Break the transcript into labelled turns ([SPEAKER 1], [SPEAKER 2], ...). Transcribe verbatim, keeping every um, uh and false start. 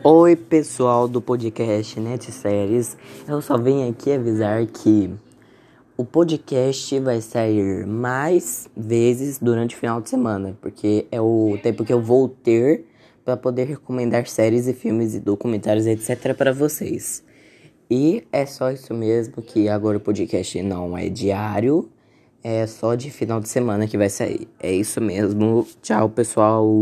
[SPEAKER 1] Oi, pessoal do podcast Net Séries. Eu só venho aqui avisar que o podcast vai sair mais vezes durante o final de semana, porque é o tempo que eu vou ter para poder recomendar séries e filmes e documentários, etc, para vocês. E é só isso mesmo, que agora o podcast não é diário, é só de final de semana que vai sair. É isso mesmo. Tchau, pessoal.